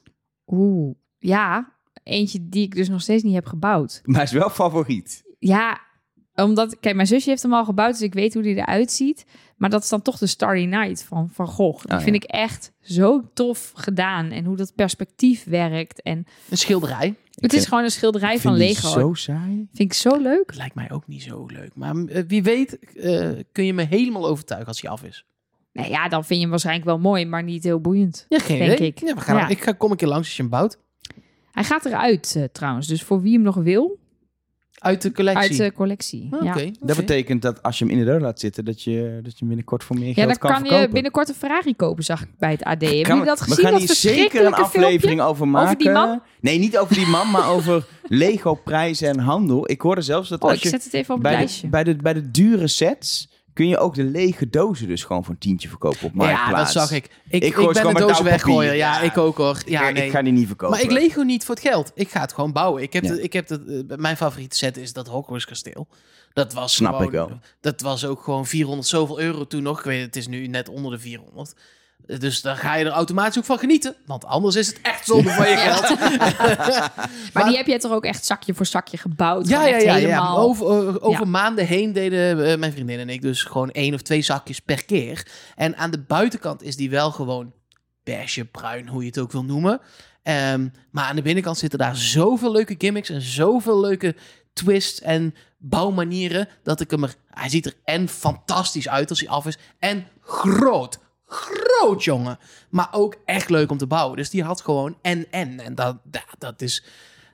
Oeh, ja. Eentje die ik dus nog steeds niet heb gebouwd. Maar is wel favoriet. Ja, omdat... Kijk, mijn zusje heeft hem al gebouwd, dus ik weet hoe die eruit ziet. Maar dat is dan toch de Starry Night van Van Gogh. Die Oh, vind ja. ik echt zo tof gedaan. En hoe dat perspectief werkt. En Een schilderij. het is vind- gewoon een schilderij Ik van vind die Lego. zo saai. Vind ik zo leuk. Dat lijkt mij ook niet zo leuk. Maar uh, wie weet uh, kun je me helemaal overtuigen als hij af is. Nou ja, dan vind je hem waarschijnlijk wel mooi, maar niet heel boeiend. Ja, geen Denk idee. ik. Ja, we gaan, Ja. Ik ga, kom een keer langs als je hem bouwt. Hij gaat eruit uh, trouwens. Dus voor wie hem nog wil, Uit de collectie. uit de collectie. Ah, ja. Oké. Dat oké. betekent dat als je hem in de deur laat zitten, dat je, dat je hem binnenkort voor meer Ja, geld dan kan, kan verkopen. je binnenkort een Ferrari kopen, zag ik bij het A D. Hebben Gaan jullie we- dat we gezien? gaan Dat hier zeker een verschrikkelijke aflevering filmpje? over maken. die man? Nee, niet over die man, maar over Lego prijzen en handel. Ik hoorde zelfs dat Oh, als ik je zet het even op het bij, lijstje. de, bij, de, bij de dure sets kun je ook de lege dozen dus gewoon voor een tientje verkopen op Ja, Marktplaats. dat zag ik. Ik, ik, gooi ze ben gewoon een met doos oud papier. weggooien. Ja, Ja. ik ook hoor. Ja, ik, nee. ik ga die niet verkopen. Maar ik Lego niet voor het geld. Ik ga het gewoon bouwen. Ik heb, Ja. de, ik heb de, uh, mijn favoriete set is dat Hogwarts kasteel. Dat was Snap gewoon, ik wel. Dat was ook gewoon vierhonderd zoveel euro toen nog. Ik weet, het is nu net onder de vierhonderd. Dus daar ga je er automatisch ook van genieten. Want anders is het echt zonde van je geld. Maar die heb jij toch ook echt zakje voor zakje gebouwd? Ja, Gewoon ja, echt ja, ja. helemaal... Over, over over Ja. maanden heen deden uh, mijn vriendin en ik dus gewoon één of twee zakjes per keer. En aan de buitenkant is die wel gewoon beige, bruin, hoe je het ook wil noemen. Um, maar aan de binnenkant zitten daar zoveel leuke gimmicks en zoveel leuke twists en bouwmanieren dat ik hem er... Hij ziet er en fantastisch uit als hij af is en groot. Groot, jongen. Maar ook echt leuk om te bouwen. Dus die had gewoon en en. En dat, dat, dat is...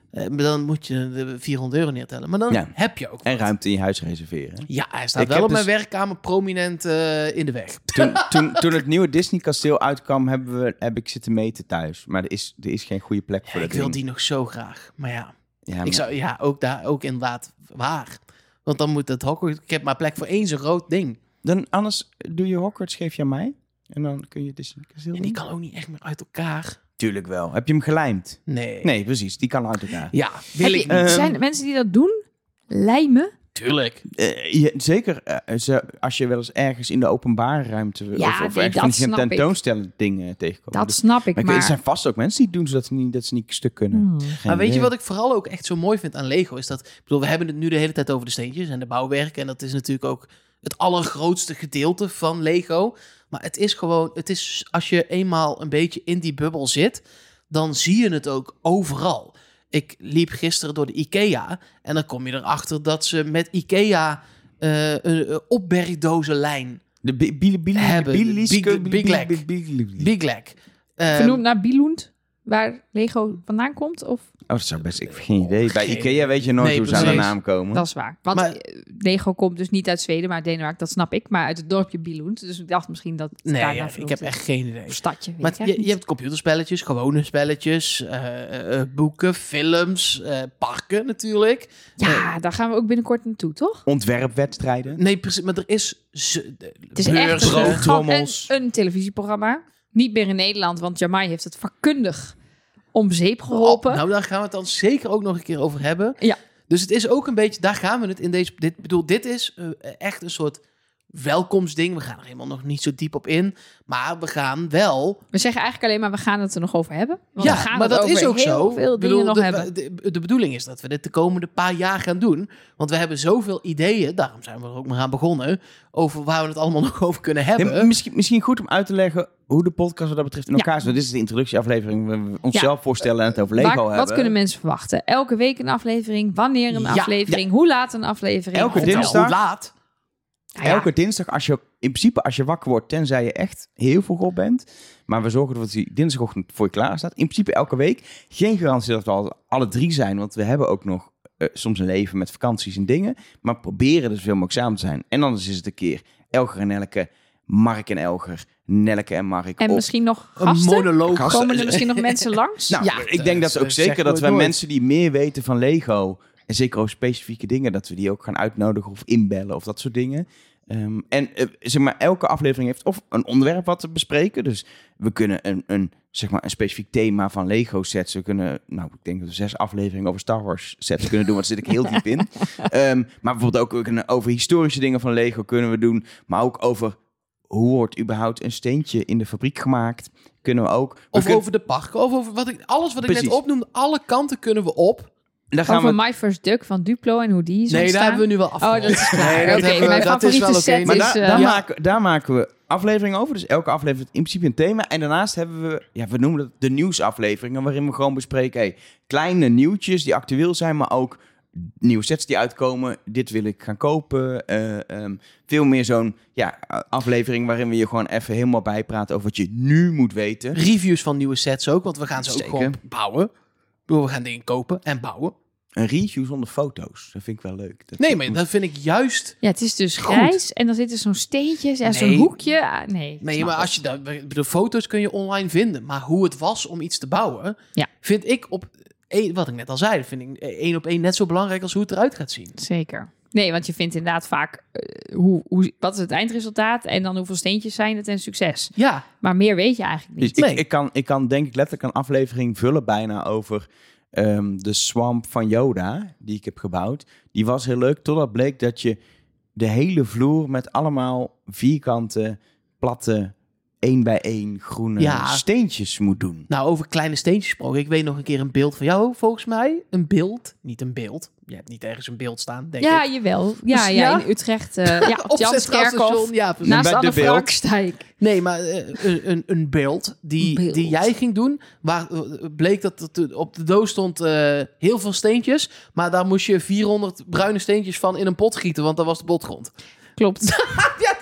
Uh, maar dan moet je de vierhonderd euro neertellen. Maar dan Ja. heb je ook En wat. ruimte in je huis reserveren. Ja, hij staat Ik wel heb op mijn dus- werkkamer prominent uh, in de weg. Toen, toen, toen het nieuwe Disney-kasteel uitkwam, hebben we, heb ik zitten meten thuis. Maar er is, er is geen goede plek voor Ja, dat ik wil ding. die nog zo graag. Maar ja, Ja, maar- ik zou, ja ook daar ook inderdaad waar. Want dan moet het Hogwarts... Ik heb maar plek voor één zo'n groot ding. Dan anders doe je Hogwarts, geef je aan mij. En dan kun je Disney-kasteel En doen. die kan ook niet echt meer uit elkaar. Tuurlijk wel. Heb je hem gelijmd? Nee. Nee, precies. Die kan uit elkaar. Ja, wil Heb ik je- niet. Ehm, zijn er mensen die dat doen? Lijmen? Tuurlijk. Eh, je- zeker eh, ze- als je wel eens ergens in de openbare ruimte... Ja, of, of nee, ergens van dat die snap ik. tentoonstellen dingen tegenkomen. Dat Dus- snap ik, maar, maar... er zijn vast ook mensen die het doen zodat ze niet, dat ze niet stuk kunnen. Hmm. Geen Maar weet je idee. wat ik vooral ook echt zo mooi vind aan Lego? Is dat, ik bedoel, we hebben het nu de hele tijd over de steentjes en de bouwwerken. En dat is natuurlijk ook het allergrootste gedeelte van Lego. Maar het is gewoon, het is als je eenmaal een beetje in die bubbel zit, dan zie je het ook overal. Ik liep gisteren door de IKEA en dan kom je erachter dat ze met IKEA uh, een, een opbergdozenlijn, De bi- bi- bi- Hebben. Biliske- Big- Big bi- Leg. bi- bi- bi- Big Leg. Um, Vernoemd naar Billund, waar Lego vandaan komt? Of? Oh, dat zou best... Ik heb geen idee. Bij Geen Ikea weet je nooit Nee, hoe ze aan de precies. naam komen. Dat is waar. Want Maar- eh, Lego komt dus niet uit Zweden, maar uit Denemarken, dat snap ik. Maar uit het dorpje Billund. Dus ik dacht misschien dat het Nee, daarna ja, ik vernoemd heb is. echt geen idee. Of stadje, weet Maar ik je, echt je niet. hebt computerspelletjes, gewone spelletjes, uh, uh, boeken, films, uh, parken natuurlijk. Ja, daar gaan we ook binnenkort naartoe, toch? Ontwerpwedstrijden. Nee, precies, maar er is... ze- de- Het is echt een, beurzen. brood. gigant- trommels. een, een televisieprogramma. Niet meer in Nederland, want Jamai heeft het vakkundig om zeep geholpen. Oh, nou, daar gaan we het dan zeker ook nog een keer over hebben. Ja. Dus het is ook een beetje, daar gaan we het in deze... Dit, bedoel, dit is uh, echt een soort welkomstding. We gaan er helemaal nog niet zo diep op in. Maar we gaan wel... We zeggen eigenlijk alleen maar, we gaan het er nog over hebben. Want ja, we gaan maar het dat over is ook heel zo. veel Ik bedoel, dingen nog de, hebben. De, de bedoeling is dat we dit de komende paar jaar gaan doen. Want we hebben zoveel ideeën, daarom zijn we er ook maar aan begonnen, over waar we het allemaal nog over kunnen hebben. Nee, misschien, misschien goed om uit te leggen hoe de podcast wat dat betreft in Ja. elkaar zit. Dit is de introductieaflevering. We onszelf Ja. voorstellen en het over Lego Waar- hebben. wat kunnen mensen verwachten? Elke week een aflevering? Wanneer een Ja, aflevering? Hoe laat een aflevering? Elke Vertel. dinsdag. Hoe laat? Nou ja, Elke dinsdag, als je, in principe als je wakker wordt, tenzij je echt heel vroeg op bent. Maar we zorgen dat die dinsdagochtend voor je klaar staat. In principe elke week. Geen garantie dat we al alle drie zijn, want we hebben ook nog uh, soms een leven met vakanties en dingen. Maar proberen er zoveel mogelijk samen te zijn. En anders is het een keer Elger en Elke, Mark en Elger, Nelke en Mark. en Of- misschien nog Een gasten? monoloog. Gasten. Komen er misschien nog mensen langs? Nou, Ja, ik denk dat dat ook is- zeker zeggen dat we wij nooit. mensen die meer weten van Lego, en zeker over specifieke dingen, dat we die ook gaan uitnodigen of inbellen of dat soort dingen. Um, en uh, zeg maar, elke aflevering heeft of een onderwerp wat te bespreken. Dus we kunnen een, een, zeg maar, een specifiek thema van Lego sets. We kunnen, nou, ik denk dat we zes afleveringen over Star Wars sets kunnen doen, want daar zit ik heel diep in. Um, maar bijvoorbeeld ook we kunnen over historische dingen van Lego kunnen we doen, maar ook over hoe wordt überhaupt een steentje in de fabriek gemaakt. Kunnen we ook. We Of kunnen- over de parken, of over wat ik, alles wat ik Precies. net opnoemde, alle kanten kunnen we op. daar gaan Over we. My First Duck van Duplo en hoe die is Nee, daar ontstaan. hebben we nu wel Oh, afgerond. dat is klaar. Nee, dat Oké, hebben we- mijn dat is favoriete wel oké. set Maar is... daar, eh, daar, ja. maken, daar maken we afleveringen over. Dus elke aflevering heeft in principe een thema. En daarnaast hebben we, ja, we noemen dat de nieuwsafleveringen, waarin we gewoon bespreken, hey, kleine nieuwtjes die actueel zijn, maar ook nieuwe sets die uitkomen. Dit wil ik gaan kopen. Uh, um, veel meer zo'n ja, aflevering waarin we je gewoon even helemaal bijpraten over wat je nu moet weten. Reviews van nieuwe sets ook, want we gaan ze ook Zeker. gewoon bouwen. Ik bedoel, we gaan dingen kopen en bouwen. Een review zonder foto's. Dat vind ik wel leuk. Dat Nee, maar dat vind ik juist... Ja, het is dus Goed. grijs en dan zit er zo'n steentje, ja, zo'n Nee. hoekje. Ah, nee, Nee, snap maar ik. als je dat, de foto's kun je online vinden. Maar hoe het was om iets te bouwen, Ja. vind ik op, één- wat ik net al zei, vind ik één op één net zo belangrijk als hoe het eruit gaat zien. Zeker. Nee, want je vindt inderdaad vaak eh, hoe, hoe, wat is het eindresultaat en dan hoeveel steentjes zijn het en succes. Ja, Maar meer weet je eigenlijk Dus niet. ik, Nee. ik, kan, ik kan denk ik letterlijk een aflevering vullen bijna over ehm, de swamp van Yoda, die ik heb gebouwd. Die was heel leuk, totdat bleek dat je de hele vloer met allemaal vierkante, platte, één bij één groene Ja. steentjes moet doen. nou over kleine steentjes gesproken. Ik weet nog een keer een beeld van jou, volgens mij. Een beeld, niet een beeld. Je hebt niet ergens een beeld staan, denk Ja, ik. jawel. Ja, Dus ja, ja? in Utrecht. eh ja, op Op het Centraal Janskerkhof. Station, ja, precies. Naast Bij Anne de beeld. Frank sta ik. Nee, maar eh, een, een, een beeld, die, Een beeld. die jij ging doen, waar eh, bleek dat het, op de doos stond eh, heel veel steentjes, maar daar moest je vierhonderd bruine steentjes van in een pot gieten, want dat was de potgrond. Klopt. Ja,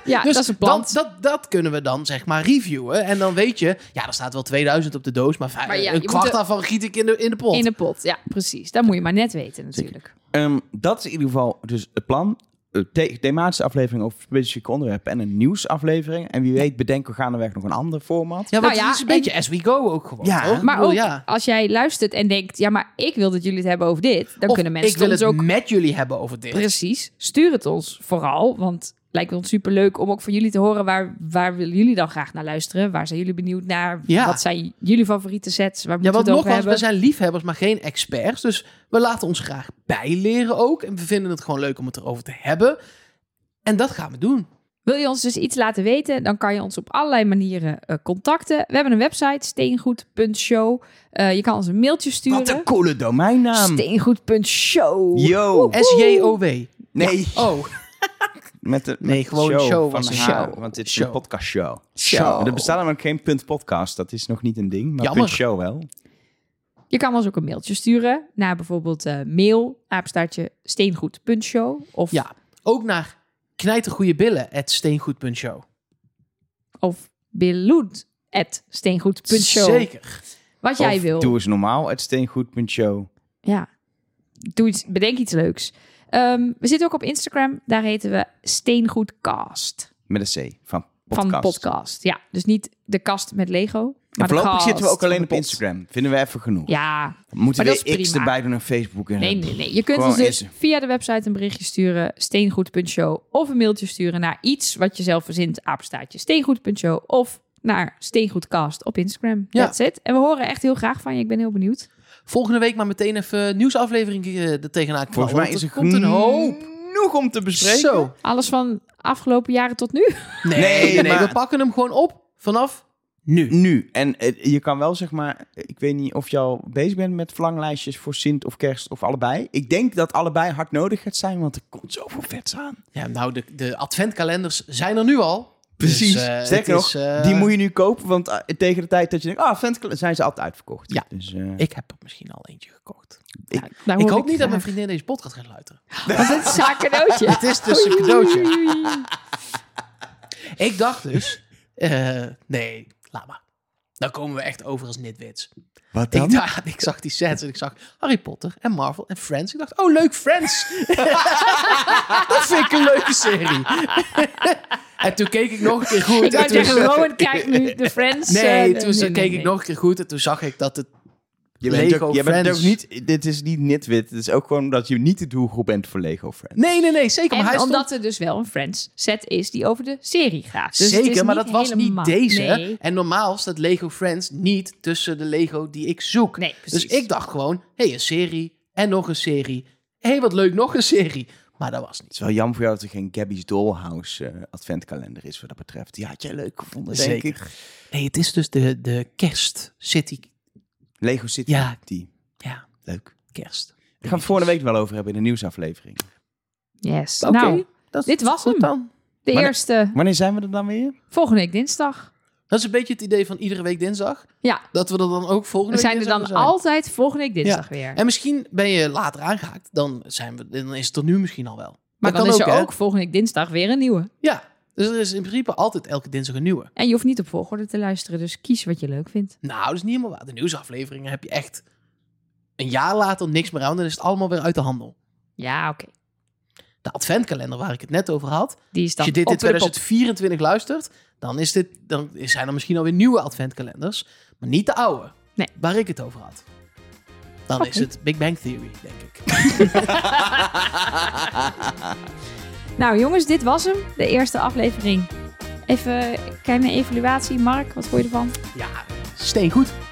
Ja, dus dat is een plan. Dat, dat, dat kunnen we dan zeg maar reviewen. En dan weet je, ja, er staat wel tweeduizend op de doos, maar, vijf, Maar ja, een je kwart moet er- daarvan giet ik in de, in de pot. In de pot, ja, precies. Dat moet je maar net weten natuurlijk. Um, dat is in ieder geval dus het plan. Een the- thematische aflevering over specifieke onderwerpen en een nieuwsaflevering. En wie weet bedenken we gaandeweg nog een ander format. Ja, want Nou ja, het is een en- beetje as we go ook gewoon. Ja. toch? Ik Maar bedoel, ook ja. als jij luistert en denkt, ja, maar ik wil dat jullie het hebben over dit. Dan Of kunnen mensen ik wil ons het ook... met jullie hebben over dit. Precies, stuur het ons vooral, want lijkt ons superleuk om ook van jullie te horen waar, waar willen jullie dan graag naar luisteren? Waar zijn jullie benieuwd naar? Ja. Wat zijn jullie favoriete sets? Waar Ja, moeten want we het over nogmaals, we hebben? zijn liefhebbers, maar geen experts. Dus we laten ons graag bijleren ook. En we vinden het gewoon leuk om het erover te hebben. En dat gaan we doen. Wil je ons dus iets laten weten, dan kan je ons op allerlei manieren eh, contacten. We hebben een website, steengoed punt show. Eh, je kan ons een mailtje sturen. Wat een coole domeinnaam. steengoed punt show. Yo. S J O W. Nee. Oh, Met de, Nee, met gewoon show, show van was een H, show. Want dit is Show. een podcastshow. Show. Er bestaat namelijk geen punt podcast. Dat is nog niet een ding. Maar Jammer. punt show wel. Je kan ons ook een mailtje sturen naar bijvoorbeeld eh mail, apenstaartje, steengoed punt show. Of, ja. Ook naar knijtergoeiebillen at steengoed punt show. of billoed at steengoed punt show. Zeker. Wat jij Of wil. doe eens normaal. Het steengoed punt show. Ja, doe iets, bedenk iets leuks. Ehm, we zitten ook op Instagram. Daar heten we Steengoedcast. Met een C. Van podcast. Van podcast. Ja, dus niet de kast met Lego. En Maar de voorlopig cast zitten we ook alleen van op de pot. Instagram. Vinden we even genoeg. Ja, Moeten maar we dat is X prima. erbij doen en Facebook en nee, nee, nee. Je kunt Gewoon ons dus eens- via de website een berichtje sturen. steengoed punt show. Of een mailtje sturen naar iets wat je zelf verzint. Apenstaartje steengoed punt show. Of naar Steengoedcast op Instagram. Ja. That's it. En we horen echt heel graag van je. Ik ben heel benieuwd. Volgende week maar meteen even een nieuwsaflevering uh, er tegenaan knallen. Volgens mij want is er komt een hoop. genoeg om te bespreken. Zo. Alles van afgelopen jaren tot nu. Nee, Nee, nee, nee, maar- we pakken hem gewoon op vanaf nu. Nu. En eh, je kan wel zeg maar... Ik weet niet of je al bezig bent met verlanglijstjes voor Sint of Kerst of allebei. Ik denk dat allebei hard nodig gaat zijn, want er komt zoveel vets aan. Ja, nou, de, de adventkalenders zijn er nu al. Precies. Dus, uh, Sterker het nog, is, uh, die moet je nu kopen, want uh, tegen de tijd dat je denkt... Ah, adventkalender, zijn ze altijd uitverkocht. Ja. Dus, uh, Ik heb er misschien al eentje gekocht. Ik- Nou, daar Ik hoor hoop niet dat mijn graag. vriendin deze podcast gaat luisteren. Want het is haar cadeautje. Het is dus een cadeautje. Oei, oei, oei. Ik dacht dus... eh, nee, laat maar. Dan komen we echt over als nitwits. wat dan? Ik, dacht, ik zag die sets en ik zag Harry Potter en Marvel en Friends. Ik dacht, oh leuk, Friends. Dat vind ik een leuke serie. En toen keek ik nog een keer goed. Ik wou en toen- zeggen, Rowan kijkt nu de Friends. Nee, eh, toen nee, nee, keek nee. ik nog een keer goed en toen zag ik dat het Je bent, Lego ook, je bent Friends. ook niet... Dit is niet nitwit. Het is ook gewoon dat je niet de doelgroep bent voor Lego Friends. Nee, nee, nee, zeker. Maar En hij stond... omdat er dus wel een Friends set is die over de serie gaat. Dus het Zeker, is maar niet dat was helemaal- niet deze. Nee, En normaal staat Lego Friends niet tussen de Lego die ik zoek. nee Dus precies. ik dacht gewoon, hé, hey, een serie en nog een serie. Hé, hey, wat leuk, nog een serie. Maar dat was Het niet. is wel jammer voor jou dat er geen Gabby's Dollhouse eh, adventkalender is wat dat betreft. Die had jij leuk gevonden, denk Zeker. ik. Nee, het is dus de, de kerst city. Lego City. Ja. Die. Ja, Leuk. kerst. We gaan het volgende week wel over hebben in de nieuwsaflevering. Yes. Oké, Nou, dat is dit was goed hem. dan. de Maar de- eerste Wanneer zijn we er dan weer? volgende week dinsdag. Dat is een beetje het idee van iedere week dinsdag. Ja, Dat we er dan ook volgende we week zijn er dinsdag dan weer zijn. altijd volgende week dinsdag weer. En misschien ben je later aangehaakt. Dan, zijn we, dan is het er nu misschien al wel. Maar Dat dan kan is er hè? ook volgende week dinsdag weer een nieuwe. Ja, dus er is in principe altijd elke dinsdag een nieuwe. En je hoeft niet op volgorde te luisteren, dus kies wat je leuk vindt. Nou, dat is niet helemaal waar. De nieuwsafleveringen heb je echt een jaar later niks meer aan. Dan is het allemaal weer uit de handel. Ja, oké. De adventkalender waar ik het net over had. Die is dan Als je dit op in de pop. tweeduizend vierentwintig luistert, dan, is dit, dan zijn er misschien alweer nieuwe adventkalenders. Maar niet de oude, Nee. waar ik het over had. Dan Oké. is het Big Bang Theory, denk ik. Nou jongens, dit was hem. De eerste aflevering. Even een kleine evaluatie. Mark, wat vond je ervan? Ja, steengoed.